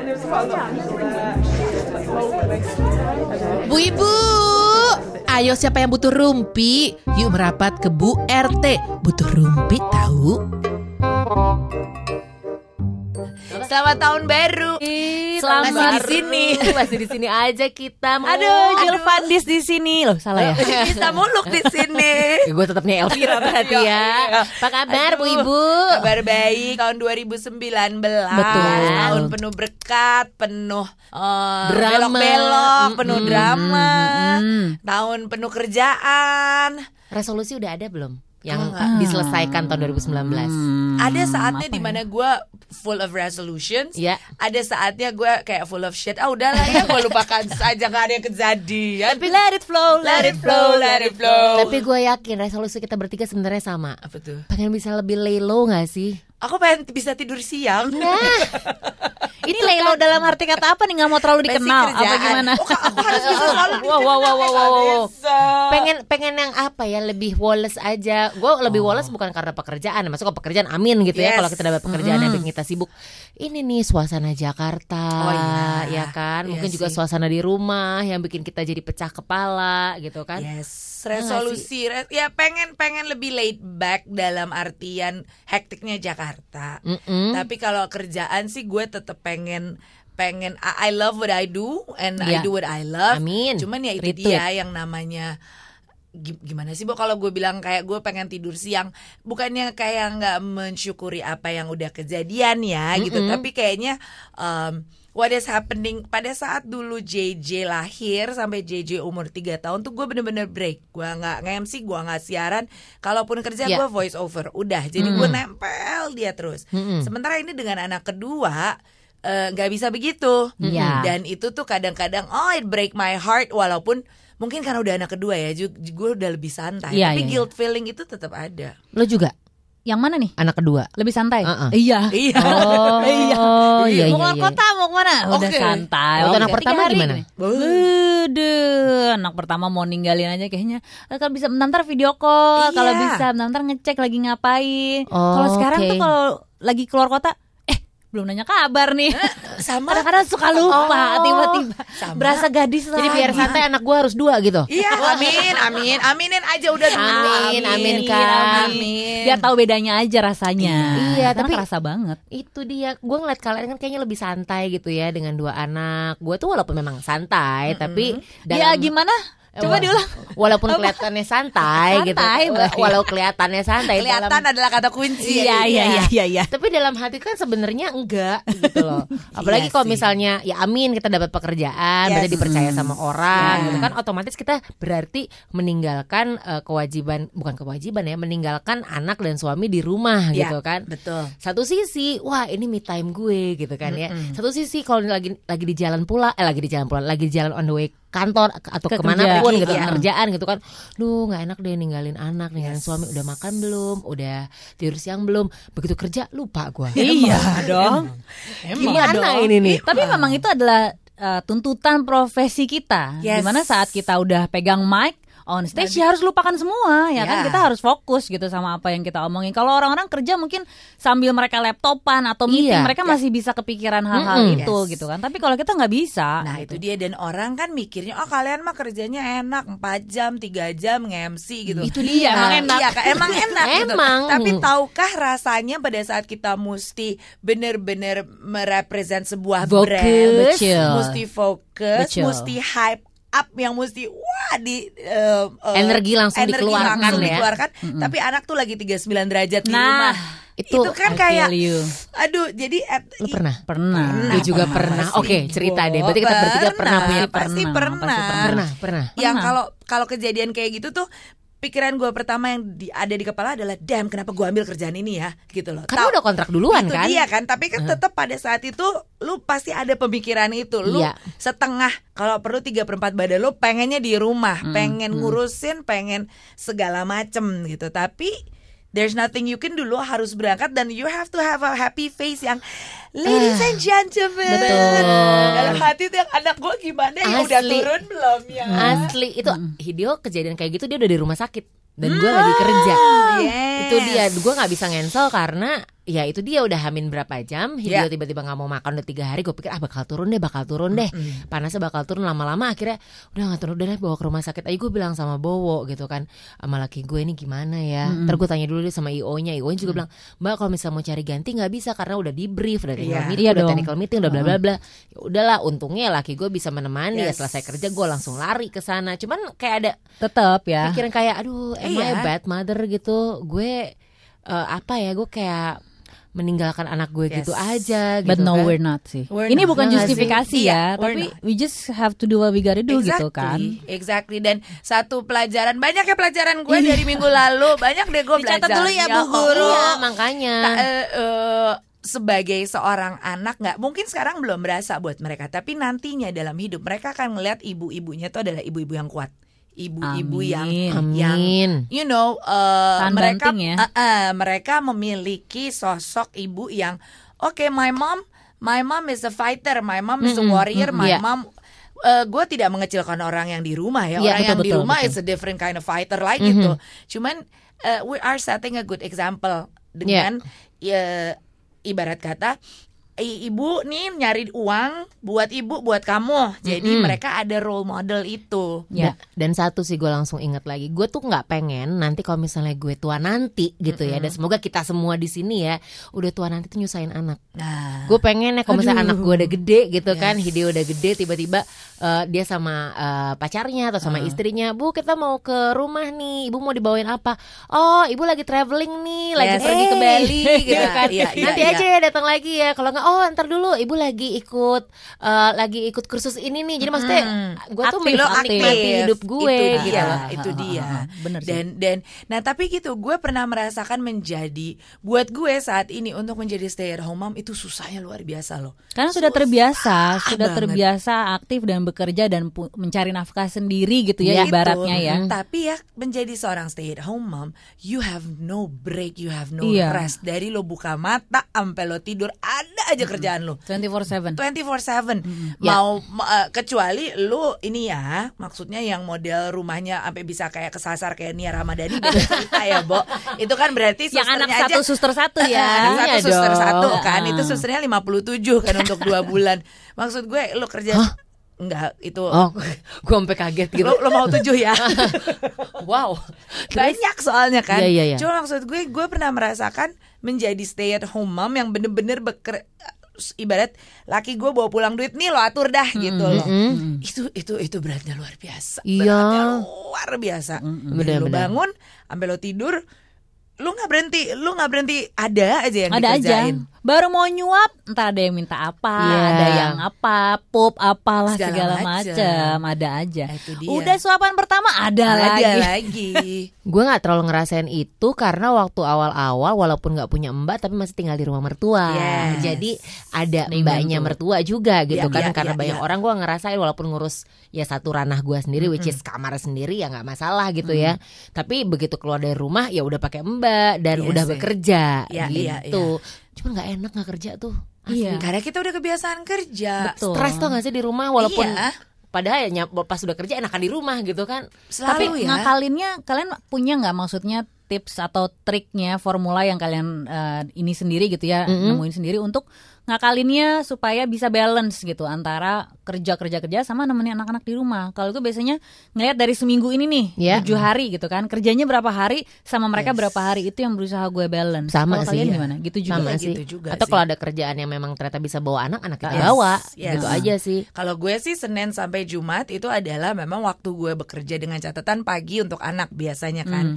Bu Ibu, ayo siapa yang butuh rumpi? Yuk merapat ke Bu RT. Butuh rumpi tahu? Selamat tahun baru. Selamat Masih di sini. Masih di sini aja kita. Aduh, Jill Fandis di sini. Loh, salah ya? Bisa muluk di sini. Gue tetapnya Elvira berarti ya. Apa kabar Bu Ibu? Kabar baik. Tahun 2019. Betul. Tahun penuh berkat, penuh Drama. belok-belok, penuh drama. Tahun penuh kerjaan. Resolusi udah ada belum? Yang Enggak. diselesaikan tahun 2019. Ada saatnya dimana gue full of resolutions. Ya. Ada saatnya gue kayak full of shit. Udahlah ya, gue lupakan saja, gak ada yang kejadian. Tapi let it flow, Let it flow, let it flow. Tapi gue yakin resolusi kita bertiga sebenarnya sama. Apa tuh? Pengen bisa lebih lay low gak sih? Aku pengen bisa tidur siang. Ini Laylo dalam arti kata apa nih? Gak mau terlalu Basic dikenal kerjaan. apa gimana? Oh, aku harus bisa selalu Wow. bisa. Pengen yang apa ya, lebih Wallace aja. Gue lebih Wallace bukan karena pekerjaan. Maksudnya kalau pekerjaan amin gitu ya. Yes. Kalau kita dapat pekerjaan yang bikin kita sibuk. Ini nih suasana Jakarta. Oh, iya. Ya kan. Mungkin Iya juga sih. suasana di rumah yang bikin kita jadi pecah kepala gitu kan. Yes, resolusi ya pengen lebih laid back dalam artian hektiknya Jakarta. Tapi kalau kerjaan sih gue tetap pengen I love what I do and I Iya. do what I love. Amin. Cuman ya itu Retweet. dia yang namanya gimana sih Bu kalau gue bilang kayak gue pengen tidur siang, bukannya kayak nggak mensyukuri apa yang udah kejadian ya gitu, tapi kayaknya what is happening pada saat dulu JJ lahir sampai JJ umur 3 tahun tuh gue bener-bener break. Gue nggak nge-MC, gue nggak siaran. Kalaupun kerja Yeah. gue voice over. Udah, jadi gue nempel dia terus. Sementara ini dengan anak kedua nggak bisa begitu. Iya. Dan itu tuh kadang-kadang it break my heart. Walaupun mungkin karena udah anak kedua ya, gue udah lebih santai. Iya, Tapi iya. guilt feeling itu tetap ada. Lo juga Yang mana nih? anak kedua? Lebih santai? Iya. Iya. Oh iya. Mau keluar kota, mau kemana? Udah Oke. santai. Waktu anak 3 pertama hari gimana? gini. Anak pertama mau ninggalin aja kayaknya. Kalau bisa bentar video call, Iya. kalau bisa bentar ngecek lagi ngapain. Oh, Kalau sekarang oke. tuh kalau lagi keluar kota, belum nanya kabar nih. Sama. Kadang-kadang suka lupa, tiba-tiba Sama. berasa gadis Jadi biar santai anak gue harus 2 gitu. Iya, aminin aja udah dulu. Amin, Kak. Amin. Biar tahu bedanya aja rasanya. Iya, Karena tapi kerasa banget. itu dia, gue ngeliat kalian kan kayaknya lebih santai gitu ya dengan 2 anak. Gue tuh walaupun memang santai, tapi Ya gimana? Coba diulang. Walaupun kelihatannya santai gitu, Santai, baik. walau kelihatannya santai, Kelihatan adalah kata kunci. Iya. tapi dalam hati kan sebenarnya enggak gitu loh. Apalagi kalau sih. misalnya ya amin kita dapat pekerjaan, berarti Yes. dipercaya sama orang gitu kan, otomatis kita berarti meninggalkan bukan kewajiban ya, meninggalkan anak dan suami di rumah Iya, gitu kan. betul. Satu sisi, wah ini me time gue gitu kan ya. Satu sisi kalau lagi di jalan lagi di jalan on the way kantor atau Ke kemana pun kerja. gitu, Iya. kerjaan gitu kan. Duh, nggak enak deh ninggalin anak, ninggalin suami. Udah makan belum? Udah tidur siang belum? Begitu kerja lupa gue. Iya dong. Gimana ini nih? Tapi memang itu adalah tuntutan profesi kita. Yes. Dimana saat kita udah pegang mic on stage ya harus lupakan semua ya kan, Ya. kita harus fokus gitu sama apa yang kita omongin. Kalau orang-orang kerja mungkin sambil mereka laptopan atau meeting, Iya. mereka masih bisa kepikiran hal-hal itu Yes. gitu kan. Tapi kalau kita nggak bisa. Nah itu dia, dan orang kan mikirnya kalian mah kerjanya enak 4 jam 3 jam nge-MC gitu. Itu dia. Emang enak. Iya, emang enak gitu. Emang. Tapi tahukah rasanya pada saat kita mesti benar-benar merepresent sebuah Fokus. brand, Betul. mesti fokus, Betul. mesti hype up, yang mesti Energi langsung dikeluarkan langsung ya. dikeluarkan. Tapi anak tuh lagi 39 derajat di Nah, rumah. itu kan I kayak feel you. aduh, jadi Lu pernah? Pernah. Gue juga pernah. pasti. Oke, cerita deh. Berarti kita bertiga pernah punya pasti pernah. pernah. Yang kalau kejadian kayak gitu tuh, pikiran gue pertama yang ada di kepala adalah damn, kenapa gue ambil kerjaan ini ya gitu loh. Karena udah kontrak duluan itu kan? dia kan, tapi kan tetap pada saat itu lu pasti ada pemikiran itu. Lu Iya. setengah, kalau perlu 3/4 badan lu pengennya di rumah, pengen ngurusin, pengen segala macem gitu. Tapi there's nothing you can do, lu harus berangkat dan you have to have a happy face yang ladies and gentlemen. Betul. Dalam hati tuh yang anak gue gimana ya, udah Asli. turun belum ya? Asli itu Hideo kejadian kayak gitu dia udah di rumah sakit dan gue lagi kerja. Yes. Itu dia, gue nggak bisa ngensel karena ya itu dia udah hamil berapa jam, Hideo tiba-tiba nggak mau makan udah 3 hari, gue pikir bakal turun deh, panasnya bakal turun, lama-lama akhirnya udah nggak turun, udah deh bawa ke rumah sakit aja. Gue bilang sama Bowo gitu kan, sama laki gue, ini gimana ya? Ntar gue tanya dulu deh sama IO-nya juga bilang, Mbak kalau misalnya mau cari ganti nggak bisa karena udah di brief, udah technical meeting, udah bla bla bla. Ya udahlah, untungnya laki gue bisa menemani ya, selesai kerja gue langsung lari ke sana. Cuman kayak ada tetap ya pikiran kayak aduh, am I a bad mother gitu? Gue gue kayak meninggalkan anak gue gitu aja gitu. But no, kan. we're not sih. We're ini not. bukan justifikasi ya, we're tapi not. we just have to do what we gotta do gitu kan. Exactly. Dan satu pelajaran, banyak ya pelajaran gue dari minggu lalu, banyak deh gue belajar. Dicatat dulu ya Bu Guru. Iya, makanya. Sebagai seorang anak, nggak mungkin sekarang belum berasa buat mereka, tapi nantinya dalam hidup mereka akan ngelihat ibu-ibunya itu adalah ibu-ibu yang kuat. Ibu-ibu yang you know, mereka banting ya. Mereka memiliki sosok ibu yang my mom is a fighter, my mom is a warrior, my mom gue tidak mengecilkan orang yang di rumah ya, orang yang di rumah is a different kind of fighter gitu. Cuman we are setting a good example dengan ibarat kata ibu nih nyari uang buat ibu, buat kamu. Jadi mereka ada role model itu. Ya. Dan satu sih gue langsung ingat lagi, gue tuh nggak pengen nanti kalau misalnya gue tua nanti gitu ya. Dan semoga kita semua di sini ya udah tua nanti tuh nyusahin anak. Nah, gue pengen ya kalau misalnya anak gue udah gede gitu kan, Hideo udah gede, tiba-tiba dia sama pacarnya atau sama istrinya, Bu kita mau ke rumah nih, Ibu mau dibawain apa? Oh ibu lagi traveling nih, lagi pergi ke Bali gitu kan. Nanti aja ya datang lagi ya. Kalau nggak, ntar dulu ibu lagi ikut kursus ini nih. Jadi maksudnya gue tuh menikmati hidup gue gitu loh. Itu dia. Bener sih. Dan nah tapi gitu, gue pernah merasakan buat gue saat ini untuk menjadi stay at home mom itu susahnya luar biasa loh. Karena sudah terbiasa aktif dan bekerja dan mencari nafkah sendiri gitu ya, ibaratnya ya. Tapi ya menjadi seorang stay at home mom, you have no break, you have no rest. Dari lo buka mata sampai lo tidur ada aja kerjaan lo. 24/7. Mau kecuali lo ini ya, maksudnya yang model rumahnya sampai bisa kayak kesasar kayak Nia Ramadhani beda cerita ya, Bo. Itu kan berarti yang susternya anak satu aja, suster satu ya. satu suster satu kan, itu susternya 57 kan untuk 2 bulan. Maksud gue lo kerja enggak itu. Gue sampai kaget gitu. Lo mau 7 ya? Wow. Banyak soalnya kan. Iya. Cuma maksud gue pernah merasakan menjadi stay at home mom yang bener-bener ibarat laki gue bawa pulang duit nih lo atur dah gitu loh. Itu beratnya luar biasa. Beratnya luar biasa. Lo bangun sampai lo tidur, lu nggak berhenti ada aja yang dikerjain. Baru mau nyuap, entar ada yang minta apa, ada yang apa, pup apalah segala macam, ada aja. Udah suapan pertama ada lagi. Gue nggak terlalu ngerasain itu karena waktu awal-awal walaupun nggak punya mbak tapi masih tinggal di rumah mertua. Jadi ada mbaknya mertua juga gitu kan, karena banyak orang gue ngerasain walaupun ngurus ya satu ranah gue sendiri, which is kamar sendiri ya nggak masalah gitu ya. Tapi begitu keluar dari rumah ya udah pakai mbak dan udah bekerja gitu. Cuma nggak enak nggak kerja tuh. Karena kita udah kebiasaan kerja. Stres tuh nggak sih di rumah walaupun padahal ya pas udah kerja enakan di rumah gitu kan. Tapi ngakalinnya kalian punya nggak, maksudnya tips atau triknya, formula yang kalian ini sendiri gitu ya, nemuin sendiri untuk ngakalinnya supaya bisa balance gitu antara kerja sama nemenin anak-anak di rumah. Kalau itu biasanya ngelihat dari seminggu ini nih 7 hari gitu kan, kerjanya berapa hari sama mereka berapa hari, itu yang berusaha gue balance. Sama kalau sih kalian gimana? Gitu juga. Sama gitu sih. Juga atau kalau ada kerjaan yang memang ternyata bisa bawa anak kita bawa gitu aja sih. Kalau gue sih Senin sampai Jumat itu adalah memang waktu gue bekerja dengan catatan pagi untuk anak biasanya kan.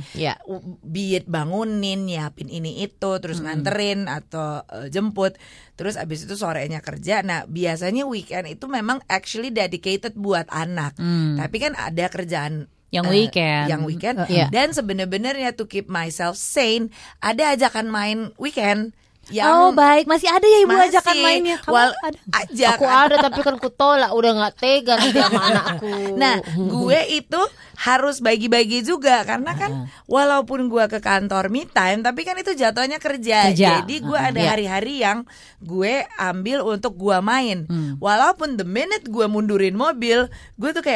Be it bangunin, nyiapin ini itu, terus nganterin atau jemput. Terus abis itu sorenya kerja. Nah biasanya weekend itu memang actually dedicated buat anak. Tapi kan ada kerjaan yang weekend. Dan sebenarnya to keep myself sane, ada ajakan main weekend. Baik, masih ada ya ibu ajakan mainnya. Kamu ada? Aku ada tapi kan ku tolak, udah nggak tega nanti sama anakku. Nah, gue itu harus bagi-bagi juga karena kan walaupun gue ke kantor me time, tapi kan itu jatuhnya kerja. Jadi gue ada hari-hari yang gue ambil untuk gue main. Walaupun the minute gue mundurin mobil, gue tuh kayak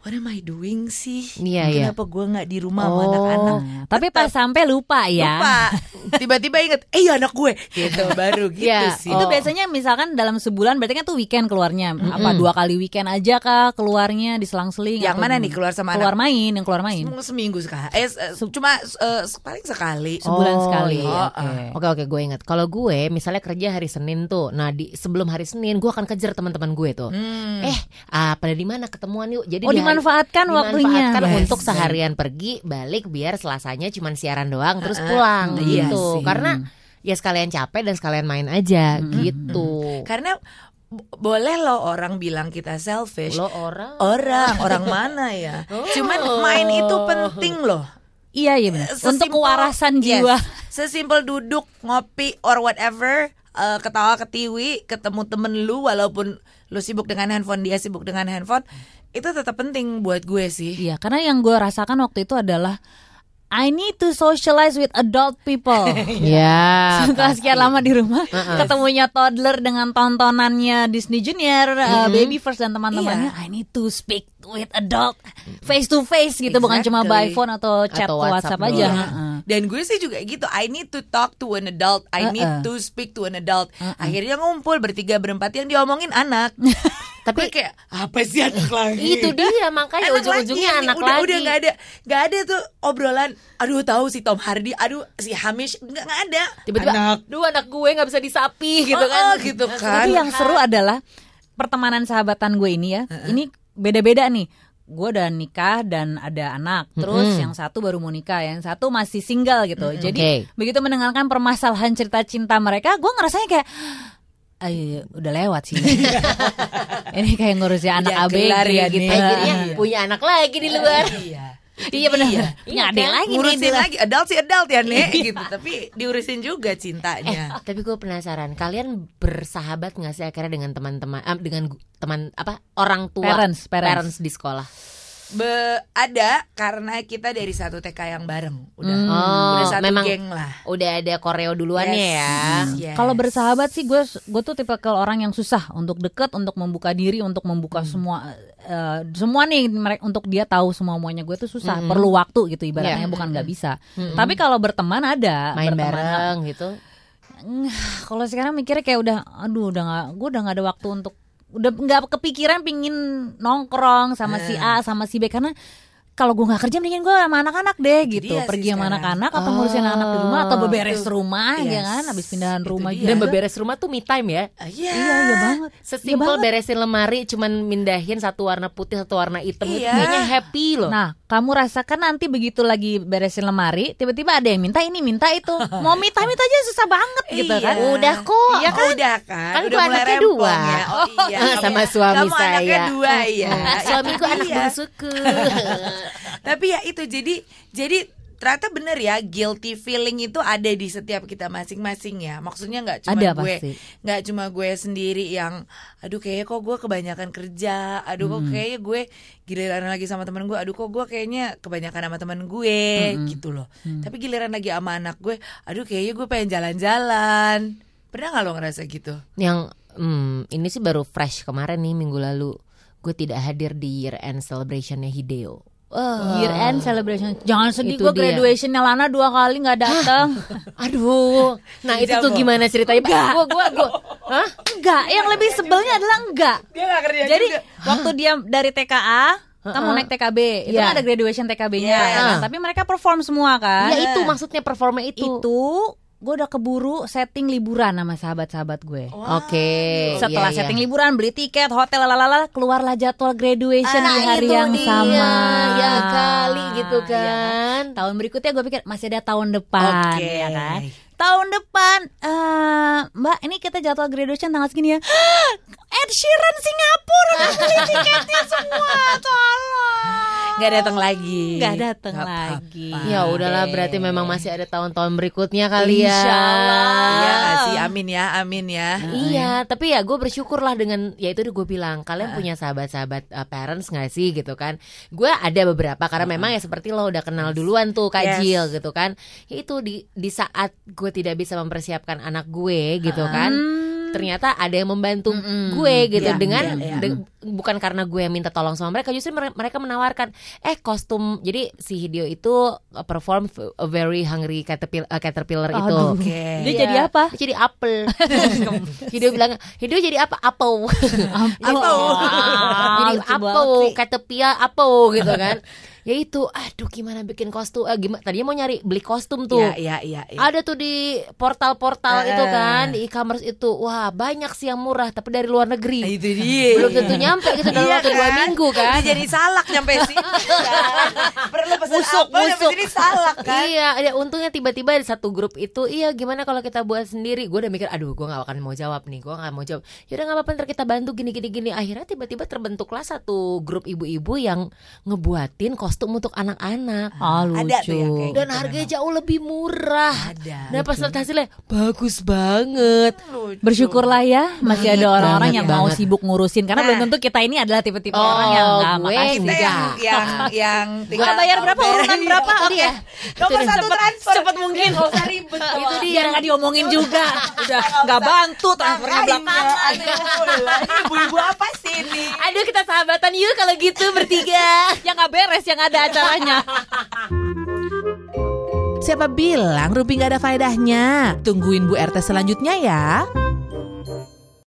what am I doing sih? Iya. Kenapa gue nggak di rumah sama anak-anak? Nah, tapi pas sampai lupa ya. Lupa. Tiba-tiba inget, iya anak gue. Gitu baru gitu Iya. sih. Itu biasanya misalkan dalam sebulan berarti kan tuh weekend keluarnya. Apa 2 kali weekend aja kah keluarnya diselang-seling? Yang atau mana gimana? nih keluar sama Keluar anak? main, yang keluar main. Seminggu sekali. Cuma paling sekali. Sebulan sekali. iya. Oke. Oke, gue inget. Kalau gue misalnya kerja hari Senin tuh, nah sebelum hari Senin gue akan kejar teman-teman gue tuh. Pada di mana ketemuan yuk. Jadi Dimanfaatkan waktunya. untuk seharian pergi balik biar Selasanya cuman siaran doang terus pulang iya gitu. sih. Karena ya sekalian capek dan sekalian main aja gitu. Karena boleh loh orang bilang kita selfish. Lo orang Orang mana ya? Cuman main itu penting loh. Iya benar. Untuk Sesimpel- kewarasan yes. jiwa. Sesimpel duduk ngopi or whatever, ketawa ketiwi, ketemu temen lu walaupun lu sibuk dengan handphone, dia sibuk dengan handphone, itu tetap penting buat gue sih. Iya, karena yang gue rasakan waktu itu adalah I need to socialize with adult people. ya Setelah sekian lama di rumah, ketemunya toddler dengan tontonannya Disney Junior, Baby First dan teman-temannya. I need to speak with adult face to face gitu, bukan cuma by Exactly. phone atau chat Atau WhatsApp WhatsApp aja. doang. Dan gue sih juga gitu. I need to talk to an adult. I need to speak to an adult. Akhirnya ngumpul bertiga berempat yang diomongin anak. Tapi kayak apa sih anak lagi? itu dia makanya Anak ujung-ujungnya lagi, anak udah, lagi. Udah nggak ada tuh obrolan. Aduh tahu si Tom Hardy, aduh si Hamish, nggak ada. Tiba-tiba, anak gue nggak bisa disapi gitu kan. Gitu kan. Tapi yang seru adalah pertemanan sahabatan gue ini ya. Ini beda-beda nih. Gue udah nikah dan ada anak. Terus yang satu baru mau nikah, yang satu masih single gitu. Jadi begitu mendengarkan permasalahan cerita cinta mereka, gue ngerasanya kayak ayo, udah lewat sih. Ini kayak ngurusin anak Udah ABG kelar ya gitu. nih. Akhirnya punya anak lagi di luar. Iya benar. Nggak ada kan? lagi nih. Ngurusin lagi adult sih adult ya nih gitu. Tapi diurusin juga cintanya. Tapi gue penasaran, kalian bersahabat nggak sih akhirnya dengan teman-teman, dengan teman orang tua, Parents. di sekolah? Ada karena kita dari satu TK yang bareng. Udah satu memang geng lah. Udah ada koreo duluannya ya. Yes. Kalau bersahabat sih gue tuh tipikal orang yang susah untuk deket, untuk membuka diri, untuk membuka semua nih untuk dia tahu semuanya gue tuh susah, perlu waktu gitu ibaratnya, bukan nggak bisa. Tapi kalau berteman ada, Main berteman, bareng gitu. Kalau sekarang mikirnya kayak gue udah nggak ada waktu untuk, udah nggak kepikiran pingin nongkrong sama si A sama si B, karena kalau gue nggak kerja mendingan gue sama anak-anak deh gitu, dia sih pergi sama sekarang. anak-anak atau ngurusin anak di rumah atau beberes Tuh. rumah Yes. ya kan, habis pindahan Itu rumah dia. gitu. Dan beberes rumah tuh me time ya. Iya. Iya banget. Sesimpel beresin lemari, cuman mindahin satu warna putih satu warna hitam, itu Iya. kayaknya happy loh. Nah, kamu rasakan nanti begitu lagi beresin lemari, tiba-tiba ada yang minta ini, minta itu. Mau minta aja susah banget gitu Iya. kan. Udah kok. Iya kan? Udah kan. Kan Udah gua mulai anaknya rempong 2. ya. Oh iya. Sama suami Kamu anaknya saya. 2 ya. Suamiku anak Iya. bungsuku. Tapi ya itu jadi ternyata bener ya, guilty feeling itu ada di setiap kita masing-masing ya. Maksudnya nggak cuma Ada gue, pasti. nggak cuma gue sendiri yang, aduh kayaknya kok gue kebanyakan kerja, aduh kok kayaknya gue giliran lagi sama temen gue, aduh kok gue kayaknya kebanyakan sama temen gue gitu loh. Tapi giliran lagi sama anak gue, aduh kayaknya gue pengen jalan-jalan. Pernah nggak lo ngerasa gitu? Yang ini sih baru fresh kemarin nih, minggu lalu. Gue tidak hadir di year end celebrationnya Hideo. Year end celebration. Jangan sedih, Itu gue dia. graduationnya Lana 2 kali nggak datang. Aduh, nah itu tuh gimana ceritanya? Gue, hah? Enggak, yang lebih sebelnya adalah enggak. Dia nggak kerja Jadi juga. waktu dia dari TKA, kamu naik TKB, itu Iya. kan ada graduation TKB-nya, Iya. ya kan? Tapi mereka perform semua kan. Ya itu maksudnya performa itu. Itu gue udah keburu setting liburan sama sahabat-sahabat gue. Oke. Setelah iya, setting iya. liburan, beli tiket, hotel, lalala, keluarlah jadwal graduation di hari itu yang dia, sama. ya kali gitu Iya kan. Tahun berikutnya gue pikir masih ada tahun depan, Oke. ya kan? Tahun depan, Mbak, ini kita jadwal graduation tanggal segini ya. Ed Sheeran Singapura udah beli tiketnya semua, tolong. Nggak datang lagi. Nggak datang Nggak lagi. apa-apa. Ya udahlah, berarti memang masih ada tahun-tahun berikutnya kali ya. Insyaallah. Iya nggak sih, amin ya. Iya, tapi ya gue bersyukur lah dengan, ya itu gue bilang, kalian punya sahabat-sahabat parents gak sih gitu kan. Gue ada beberapa, karena memang ya seperti lo udah kenal duluan tuh Kak Yes. Jill gitu kan. Ya itu di saat gue tidak bisa mempersiapkan anak gue gitu kan. ternyata ada yang membantu gue gitu Iya, dengan iya. bukan karena gue yang minta tolong sama mereka, justru mereka menawarkan kostum. Jadi si Hideo itu perform a very hungry caterpillar itu. Oke. Dia jadi apa? Dia jadi apel. Hideo bilang, Hideo jadi apa? Apel. Jadi lucu apel, banget sih. caterpillar apel gitu kan. Ya itu, aduh gimana bikin kostum? Gimana? Tadinya mau beli kostum tuh. Iya. Ada tuh di portal-portal itu kan, di e-commerce itu. Wah, banyak sih yang murah tapi dari luar negeri. Itu dia. Belum tentu nyampe gitu dalam waktu 2 minggu kan. Dia jadi salak nyampe sini. Perlu pesan apa nyampe sini salak kan. Iya, ada untungnya tiba-tiba di satu grup itu, gimana kalau kita buat sendiri? Gue udah mikir, aduh gue gak akan mau jawab nih, gue gak mau jawab. Yaudah gak apa-apa, ntar kita bantu gini. Akhirnya tiba-tiba terbentuklah satu grup ibu-ibu yang ngebuatin kostum untuk anak-anak. Lucu. Ada tuh yang kayak Dan gitu harganya memang. jauh lebih murah. Ada. Nah pas lihat hasilnya bagus banget. Bersyukurlah ya masih ada orang-orang yang mau banget. sibuk ngurusin, karena belum tentu kita ini adalah tipe-tipe orang yang nggak gue makasih. Kita yang Kita bayar berapa, urunan berapa? Itu Oke. dia. Nomor Itu dia. satu transfer. Cepet mungkin. Nggak usah ribet. Itu dia. Biar nggak diomongin juga. Udah nggak bantu transfernya belakangan. Ini ibu-ibu apa sih ini? Aduh kita sahabatan yuk kalau gitu bertiga. Yang nggak beres yang ada acaranya. Siapa bilang Ruby gak ada faedahnya? Tungguin Bu RT selanjutnya ya.